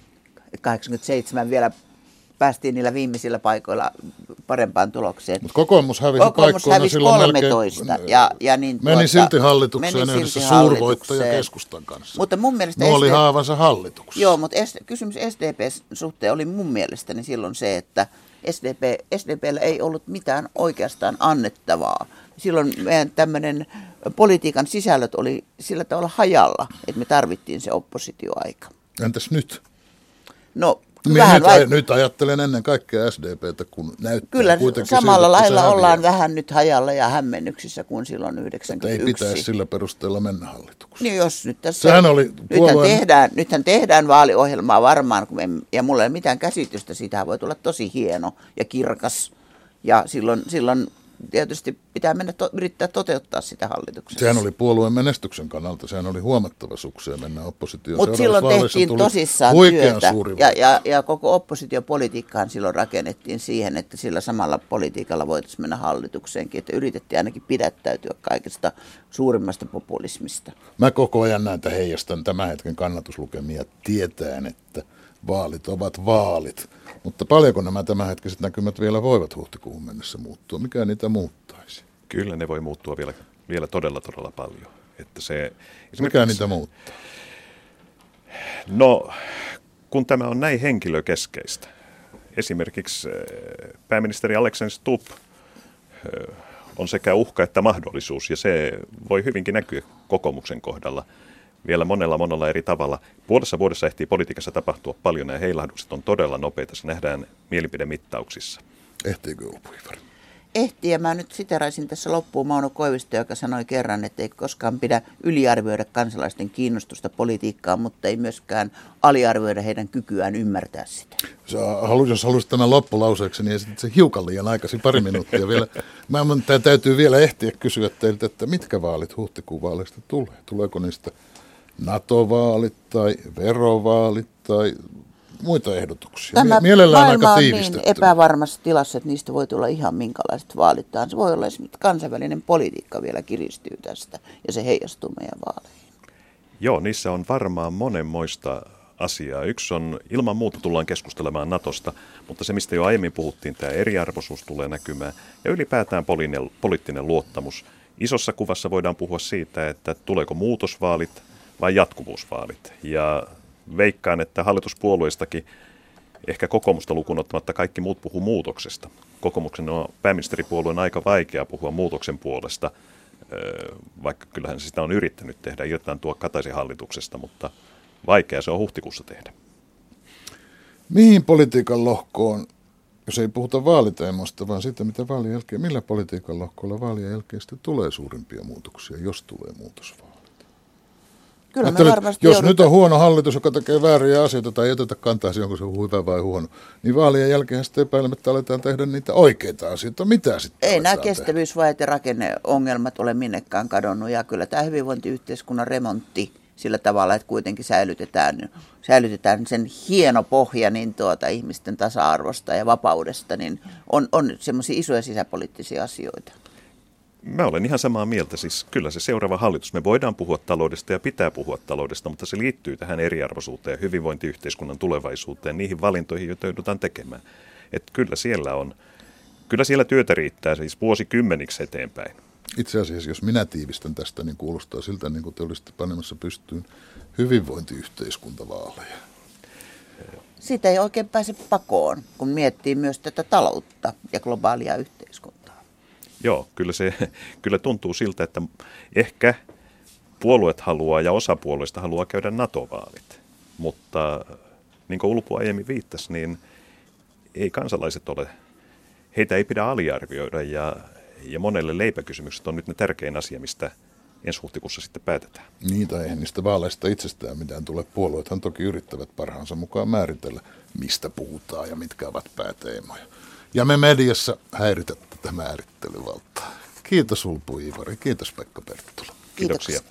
kahdeksankymmentäseitsemän vielä päästiin niillä viimeisillä paikoilla parempaan tulokseen. Mutta kokoomus hävisi kokoomus paikkoina hävisi silloin kolmetoista. Melkein, ja, ja niin meni tuota, silti hallitukseen meni silti yhdessä hallitukseen. suurvoittaja keskustan kanssa. Mutta mun mielestä Nuoli S D P, haavansa hallituksessa. Joo, mutta S, kysymys S D P:n suhteen oli mun mielestäni silloin se, että S D P, S D P:llä ei ollut mitään oikeastaan annettavaa. Silloin meidän tämmöinen politiikan sisällöt oli sillä tavalla hajalla, että me tarvittiin se oppositioaika. Entäs nyt? No, Vähän nyt, vai... nyt ajattelen ennen kaikkea S D P:tä, kun näyttää kyllä kuitenkin samalla siltä, lailla ollaan vähän nyt hajalla ja hämmennyksissä kuin silloin yhdeksänkymmentäyksi. Ei pitäisi sillä perusteella mennä hallitukseen. Niin jos nyt tässä, Sehän oli puolueen... nythän, tehdään, nythän tehdään vaaliohjelmaa varmaan, ja mulla ei ole mitään käsitystä, siitä voi tulla tosi hieno ja kirkas. Ja silloin, silloin tietysti pitää mennä to, yrittää toteuttaa sitä hallituksessa. Sehän oli puolueen menestyksen kannalta, sehän oli huomattava suksea mennä oppositioon. Mutta silloin tehtiin tosissaan työtä ja, ja, ja koko oppositiopolitiikkaan silloin rakennettiin siihen, että sillä samalla politiikalla voitaisiin mennä hallitukseenkin, että yritettiin ainakin pidättäytyä kaikesta suurimmasta populismista. Mä koko ajan näitä heijastan tämän hetken kannatuslukemia tietäen, että vaalit ovat vaalit. Mutta paljonko nämä tämänhetkiset näkymät vielä voivat huhtikuuhun mennessä muuttua? Mikä niitä muuttaisi? Kyllä ne voi muuttua vielä, vielä todella, todella paljon. Että se, Mikä niitä muuttaa? No, kun tämä on näin henkilökeskeistä. Esimerkiksi pääministeri Alexander Stubb on sekä uhka että mahdollisuus, ja se voi hyvinkin näkyä kokoomuksen kohdalla vielä monella monella eri tavalla. Puolessa vuodessa ehtii politiikassa tapahtua paljon, ja heilahdukset on todella nopeita. Se nähdään mielipidemittauksissa. Ehtiikö Ulpu-Iivari? Ehtii, ja mä nyt siteraisin tässä loppuun Mauno Koivisto, joka sanoi kerran, että ei koskaan pidä yliarvioida kansalaisten kiinnostusta politiikkaan, mutta ei myöskään aliarvioida heidän kykyään ymmärtää sitä. Halu, jos haluaisit tämän loppulauseeksi, niin esitit se hiukan liian aikaisin, pari minuuttia vielä. Mä täytyy vielä ehtiä kysyä teiltä, että mitkä vaalit huhtikuun vaaleista tulee? Tuleeko niistä NATO-vaalit tai verovaalit tai muita ehdotuksia? Tämä Mielellään maailma aika on niin tiivistetty. epävarmassa tilassa, että niistä voi tulla ihan minkälaiset vaalit. Se voi olla esimerkiksi kansainvälinen politiikka vielä kiristyy tästä ja se heijastuu meidän vaaleihin. Joo, niissä on varmaan monenmoista asiaa. Yksi on, ilman muuta tullaan keskustelemaan Natosta, mutta se mistä jo aiemmin puhuttiin, tämä eriarvoisuus tulee näkymään ja ylipäätään poliittinen, poliittinen luottamus. Isossa kuvassa voidaan puhua siitä, että tuleeko muutosvaalit vai jatkuvuusvaalit. Ja veikkaan, että hallituspuolueistakin, ehkä kokoomusta lukuun ottamatta, kaikki muut puhuu muutoksesta. Kokoomuksen on pääministeripuolueen aika vaikea puhua muutoksen puolesta, vaikka kyllähän se sitä on yrittänyt tehdä irtaantua Kataisen hallituksesta, mutta vaikea se on huhtikuussa tehdä. Mihin politiikan lohkoon, jos ei puhuta vaaliteemoista, vaan siitä, mitä vaalien jälkeen, millä politiikan lohkoilla vaalien jälkeen sitten tulee suurimpia muutoksia, jos tulee muutosvaalit? Kyllä me varmasti jos joudutaan. nyt on huono hallitus, joka tekee vääriä asioita tai ei oteta kantaa siihen, onko se hyvä vai huono, niin vaalien jälkeen sitten epäilemättä aletaan tehdä niitä oikeita asioita. Mitä sitten Ei nämä tehdä? kestävyysvajat ja rakenneongelmat ole minnekään kadonnut ja kyllä tämä hyvinvointiyhteiskunnan remontti sillä tavalla, että kuitenkin säilytetään, säilytetään sen hieno pohja niin tuota, ihmisten tasa-arvosta ja vapaudesta, niin on, on semmoisia isoja sisäpoliittisia asioita. Mä olen ihan samaa mieltä. Siis kyllä se seuraava hallitus, me voidaan puhua taloudesta ja pitää puhua taloudesta, mutta se liittyy tähän eriarvoisuuteen ja hyvinvointiyhteiskunnan tulevaisuuteen, niihin valintoihin, joita joudutaan tekemään. Että kyllä siellä on, kyllä siellä työtä riittää siis vuosikymmeniksi eteenpäin. Itse asiassa, jos minä tiivistän tästä, niin kuulostaa siltä, niin kuin te olisitte panemassa pystyyn hyvinvointiyhteiskuntavaaleja. Siitä ei oikein pääse pakoon, kun miettii myös tätä taloutta ja globaalia yhteiskuntaa. Joo, kyllä se kyllä tuntuu siltä, että ehkä puolueet haluaa ja osa puolueista haluaa käydä NATO-vaalit, mutta niin kuin Ulpu aiemmin viittasi, niin ei kansalaiset ole, heitä ei pidä aliarvioida ja, ja monelle leipäkysymykset on nyt ne tärkein asia, mistä ensi huhtikuussa sitten päätetään. Niin, tai eihän niistä vaaleista itsestään mitään tule. Puolueethan toki yrittävät parhaansa mukaan määritellä, mistä puhutaan ja mitkä ovat pääteemoja. Ja me mediassa häiritä tätä määrittelyvaltaa. Kiitos Ulpu-Iivari, kiitos Pekka Perttula. Kiitoksia.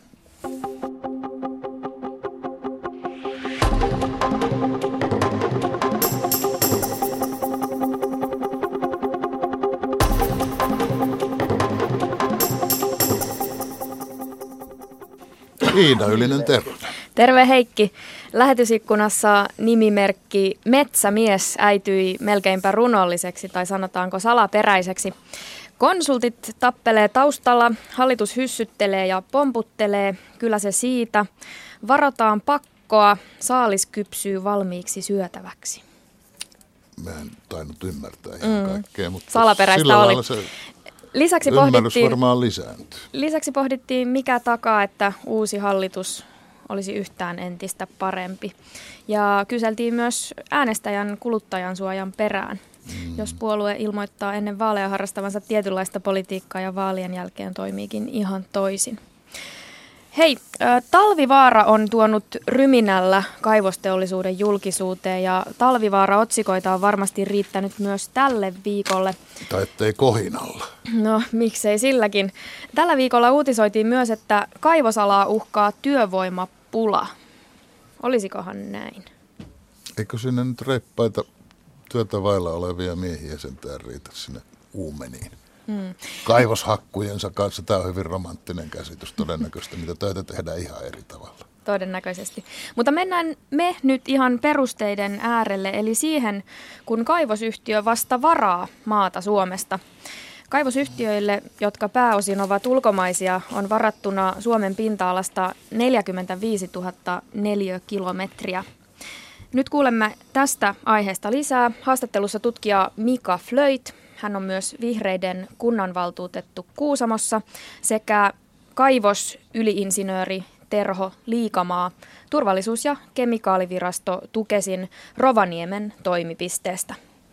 Iida Ylinen, terve. Terve Heikki. Lähetysikkunassa nimimerkki Metsämies äityi melkeinpä runolliseksi tai sanotaanko salaperäiseksi. Konsultit tappelee taustalla, hallitus hyssyttelee ja pomputtelee, kyllä se siitä. Varotaan pakkoa, saalis kypsyy valmiiksi syötäväksi. Mä en tainnut ymmärtää ihan mm. kaikkea, mutta salaperäistä sillä oli. lailla se Lisäksi ymmärrys pohdittiin, varmaan lisääntyy. Lisäksi pohdittiin, mikä takaa, että uusi hallitus olisi yhtään entistä parempi. Ja kyseltiin myös äänestäjän kuluttajan suojan perään. Mm. Jos puolue ilmoittaa ennen vaaleja harrastavansa tietynlaista politiikkaa ja vaalien jälkeen toimiikin ihan toisin. Hei, Talvivaara on tuonut ryminällä kaivosteollisuuden julkisuuteen ja Talvivaara-otsikoita on varmasti riittänyt myös tälle viikolle. Tai ettei kohinalla. No, miksei silläkin. Tällä viikolla uutisoitiin myös, että kaivosalaa uhkaa työvoimapula. Olisikohan näin? Eikö sinne nyt reippaita työtä vailla olevia miehiä sentään riitä sinne uumeniin? Hmm. Kaivoshakkujensa kanssa. Tämä on hyvin romanttinen käsitys todennäköisesti, mitä töitä tehdään ihan eri tavalla. Todennäköisesti. Mutta mennään me nyt ihan perusteiden äärelle, eli siihen, kun kaivosyhtiö vasta varaa maata Suomesta. Kaivosyhtiöille, jotka pääosin ovat ulkomaisia, on varattuna Suomen pinta-alasta neljäkymmentäviisituhatta neliökilometriä. Nyt kuulemme tästä aiheesta lisää. Haastattelussa tutkija Mika Flöit. Hän on myös vihreiden kunnanvaltuutettu Kuusamossa sekä kaivosyliinsinööri Terho Liikamaa Turvallisuus- ja kemikaalivirasto Tukesin Rovaniemen toimipisteestä.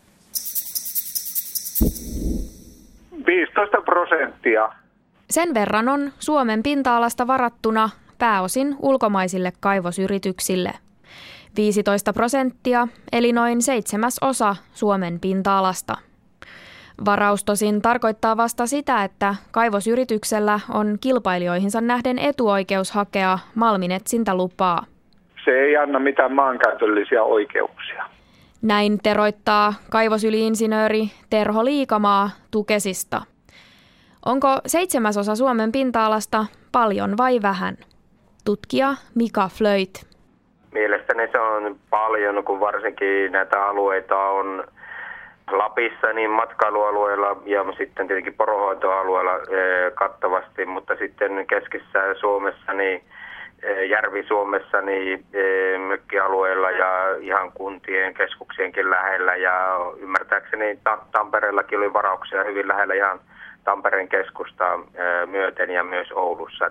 viisitoista prosenttia. Sen verran on Suomen pinta-alasta varattuna pääosin ulkomaisille kaivosyrityksille. viisitoista prosenttia, eli noin seitsemäs osa Suomen pinta-alasta. Varaus tosin tarkoittaa vasta sitä, että kaivosyrityksellä on kilpailijoihinsa nähden etuoikeus hakea malminetsintälupaa. Se ei anna mitään maankäytöllisiä oikeuksia. Näin teroittaa kaivosyliinsinööri Terho Liikamaa Tukesista. Onko seitsemäsosa Suomen pinta-alasta paljon vai vähän? Tutkija Mika Flöit. Mielestäni se on paljon, kun varsinkin näitä alueita on Lapissa niin matkailualueella ja sitten tietenkin poronhoitoalueella kattavasti, mutta sitten keskisessä Suomessa, niin Järvi-Suomessa, niin mökkialueella ja ihan kuntien keskuksienkin lähellä ja ymmärtääkseni Tampereellakin oli varauksia hyvin lähellä ihan Tampereen keskusta myöten ja myös Oulussa.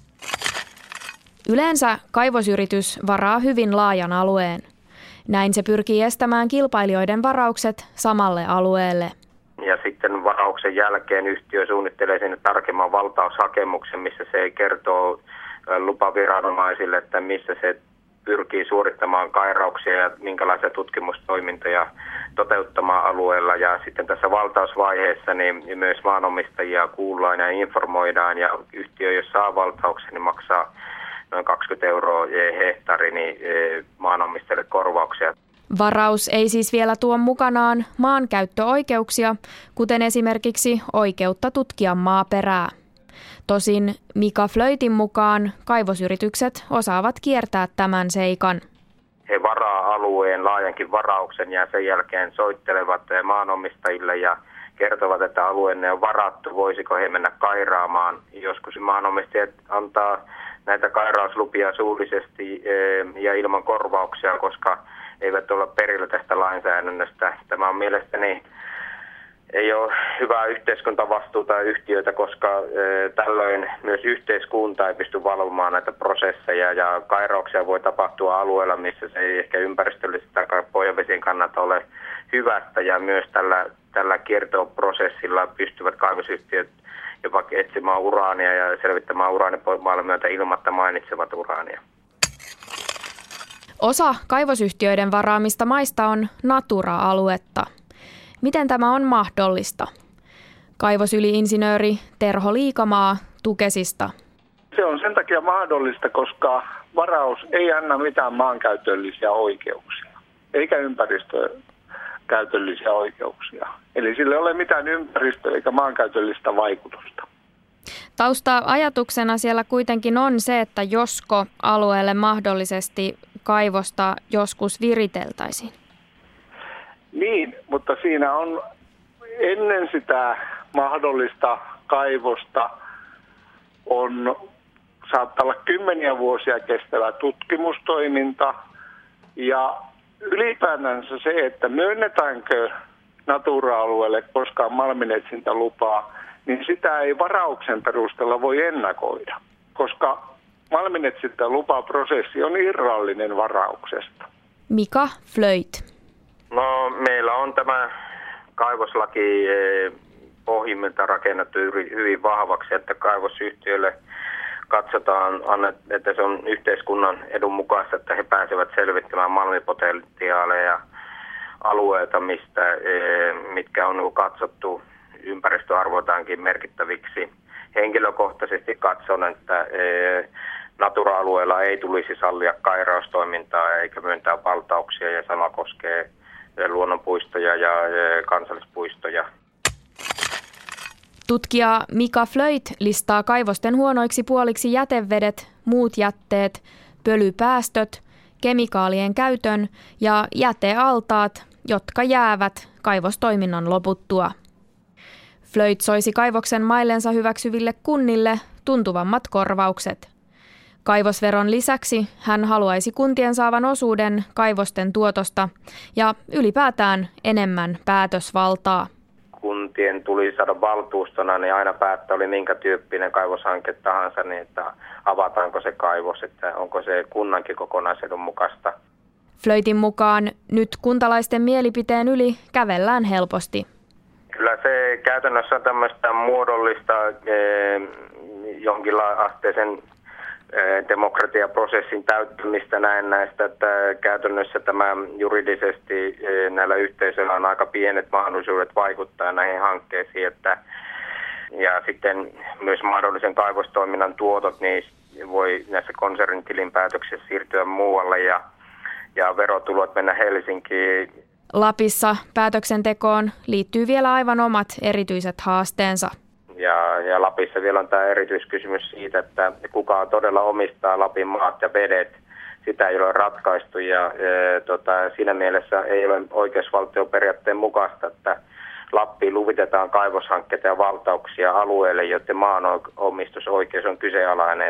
Yleensä kaivosyritys varaa hyvin laajan alueen. Näin se pyrkii estämään kilpailijoiden varaukset samalle alueelle. Ja sitten varauksen jälkeen yhtiö suunnittelee sinne tarkemman valtaushakemuksen, missä se kertoo lupaviranomaisille, että missä se pyrkii suorittamaan kairauksia ja minkälaisia tutkimustoimintoja toteuttamaan alueella. Ja sitten tässä valtausvaiheessa niin myös maanomistajia kuullaan ja informoidaan ja yhtiö, jos saa valtauksen, niin maksaa noin kaksikymmentä euroa hehtaari niin maanomistajille korvauksia. Varaus ei siis vielä tuo mukanaan maankäyttöoikeuksia, kuten esimerkiksi oikeutta tutkia maaperää. Tosin Mika Flöitin mukaan kaivosyritykset osaavat kiertää tämän seikan. He varaa alueen laajankin varauksen ja sen jälkeen soittelevat maanomistajille ja kertovat, että alueenne on varattu, voisiko he mennä kairaamaan. Joskus maanomistajat antaa näitä kairauslupia suullisesti ja ilman korvauksia, koska eivät ole perillä tästä lainsäädännöstä. Tämä on mielestäni ei ole hyvää yhteiskuntavastuuta yhtiöitä, koska tällöin myös yhteiskunta ei pysty valvomaan näitä prosesseja ja kairauksia voi tapahtua alueella, missä se ei ehkä ympäristöllisesti tai pohjavesien kannalta ole hyvästä ja myös tällä, tällä kiertoprosessilla pystyvät kaivosyhtiöt jopa etsimään uraania ja selvittämään uraanipoimaalle myötä ilmatta mainitsevat uraania. Osa kaivosyhtiöiden varaamista maista on Natura-aluetta. Miten tämä on mahdollista? Kaivosyliinsinööri Terho Liikamaa Tukesista. Se on sen takia mahdollista, koska varaus ei anna mitään maankäytöllisiä oikeuksia, eikä ympäristökäytöllisiä oikeuksia. Eli sillä ei ole mitään ympäristö- eikä maankäytöllistä vaikutusta. Tausta-ajatuksena siellä kuitenkin on se, että josko alueelle mahdollisesti kaivosta joskus viriteltäisiin. Niin, mutta siinä on ennen sitä mahdollista kaivosta on saattaa olla kymmeniä vuosia kestävä tutkimustoiminta ja ylipäätänsä se, että myönnetäänkö Natura-alueelle koskaan malminetsintälupaa, niin sitä ei varauksen perusteella voi ennakoida, koska malminetsintälupaprosessi on irrallinen varauksesta. Mika Flöit. No, meillä on tämä kaivoslaki pohjimmilta rakennettu hyvin vahvaksi, että kaivosyhtiöille katsotaan, että se on yhteiskunnan edun mukaista, että he pääsevät selvittämään malmipotentiaaleja alueelta, mistä, mitkä on katsottu ympäristöarvoitaankin merkittäviksi. Henkilökohtaisesti katson, että Natura-alueella ei tulisi sallia kairaustoimintaa eikä myöntää valtauksia, ja sama koskee luonnonpuistoja ja kansallispuistoja. Tutkija Mika Flöit listaa kaivosten huonoiksi puoliksi jätevedet, muut jätteet, pölypäästöt, kemikaalien käytön ja jätealtaat, jotka jäävät kaivostoiminnan loputtua. Flöit soisi kaivoksen maillensa hyväksyville kunnille tuntuvammat korvaukset. Kaivosveron lisäksi hän haluaisi kuntien saavan osuuden kaivosten tuotosta ja ylipäätään enemmän päätösvaltaa. Kuntien tuli saada valtuustona, niin aina päättää oli minkä tyyppinen kaivoshanke tahansa, niin että avataanko se kaivos, että onko se kunnankin kokonaisedun mukaista. Flöitin mukaan nyt kuntalaisten mielipiteen yli kävellään helposti. Kyllä se käytännössä on tämmöistä muodollista eh, jonkinlaisen asteisen demokratiaprosessin täyttämistä näin näistä, että käytännössä tämä juridisesti näillä yhteisöillä on aika pienet mahdollisuudet vaikuttaa näihin hankkeisiin, että ja sitten myös mahdollisen kaivostoiminnan tuotot niin voi näissä konsernitilinpäätöksissä siirtyä muualle ja, ja verotulot mennä Helsinkiin. Lapissa päätöksentekoon liittyy vielä aivan omat erityiset haasteensa. Ja, ja Lapissa vielä on tämä erityiskysymys siitä, että kuka todella omistaa Lapin maat ja vedet. Sitä ei ole ratkaistu ja e, tota, siinä mielessä ei ole oikeusvaltioperiaatteen mukaista, että Lappiin luvitetaan kaivoshankkeita ja valtauksia alueelle, joiden maanomistusoikeus on kyseenalainen.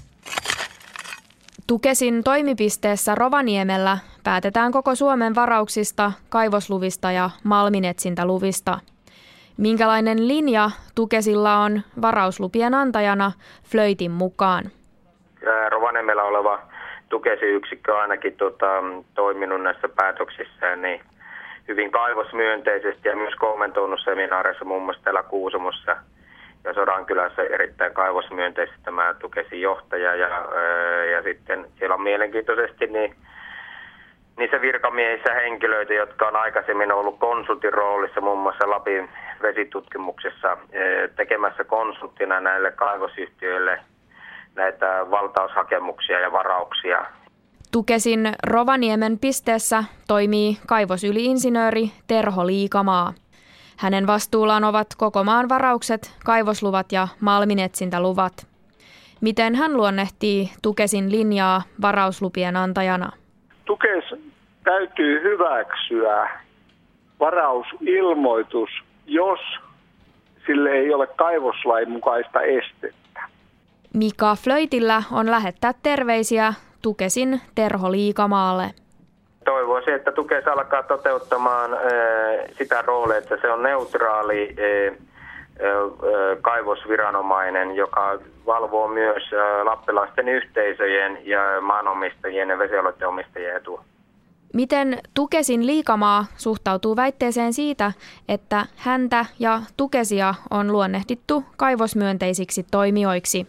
Tukesin toimipisteessä Rovaniemellä päätetään koko Suomen varauksista, kaivosluvista ja malminetsintäluvista. Minkälainen linja Tukesilla on varauslupien antajana Flöitin mukaan? Rovaniemellä oleva Tukesi-yksikkö on ainakin tota, toiminut näissä päätöksissä niin hyvin kaivosmyönteisesti ja myös kommentoinut seminaareissa muun muassa täällä Kuusamossa ja Sodankylässä erittäin kaivosmyönteisesti tämä Tukesin johtaja. Ja, ja sitten siellä on mielenkiintoisesti niin niissä virkamiehissä henkilöitä, jotka on aikaisemmin ollut konsultin roolissa muun muassa Lapin vesitutkimuksessa tekemässä konsulttina näille kaivosyhtiöille näitä valtaushakemuksia ja varauksia. Tukesin Rovaniemen pisteessä toimii kaivosyli-insinööri Terho Liikamaa. Hänen vastuullaan ovat koko maan varaukset, kaivosluvat ja malminetsintäluvat. Miten hän luonnehtii Tukesin linjaa varauslupien antajana? Tukes täytyy hyväksyä varausilmoitus, jos sille ei ole kaivoslain mukaista estettä. Mika Flöitillä on lähettää terveisiä Tukesin Terho Liikamaalle. Toivoisin, että Tukes alkaa toteuttamaan äh, sitä roolia, että se on neutraali äh, äh, kaivosviranomainen, joka valvoo myös äh, lappilaisten yhteisöjen ja maanomistajien ja vesialueiden omistajien etua. Miten Tukesin Liikamaa suhtautuu väitteeseen siitä, että häntä ja Tukesia on luonnehdittu kaivosmyönteisiksi toimijoiksi?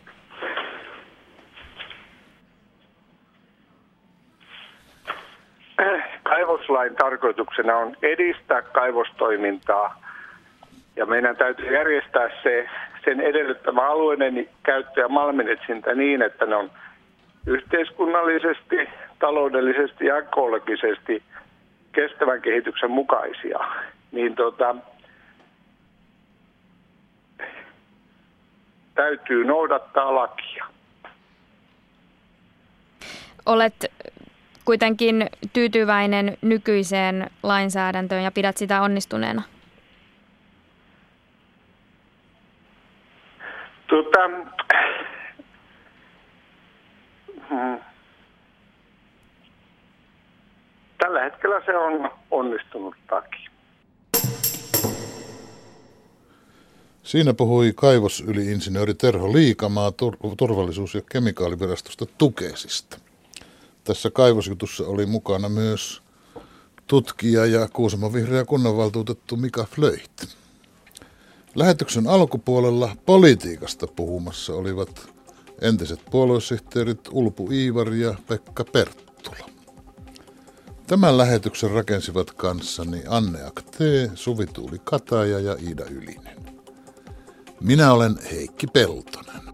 Kaivoslain tarkoituksena on edistää kaivostoimintaa ja meidän täytyy järjestää se, sen edellyttämä alueiden käyttö ja malminetsintä niin, että ne on yhteiskunnallisesti, taloudellisesti ja ekologisesti kestävän kehityksen mukaisia. Niin tota, täytyy noudattaa lakia. Olet kuitenkin tyytyväinen nykyiseen lainsäädäntöön ja pidät sitä onnistuneena? Tota, hmm. Tällä hetkellä se on onnistunut takia. Siinä puhui kaivosyli-insinööri Terho Liikamaa turvallisuus- ja kemikaalivirastosta Tukesista. Tässä kaivosjutussa oli mukana myös tutkija ja Kuusamon vihreä kunnanvaltuutettu Mika Flöit. Lähetyksen alkupuolella politiikasta puhumassa olivat entiset puoluesihteerit Ulpu Iivari ja Pekka Perttula. Tämän lähetyksen rakensivat kanssani Anne Aktee, Suvi Tuuli Kataja ja Iida Ylinen. Minä olen Heikki Peltonen.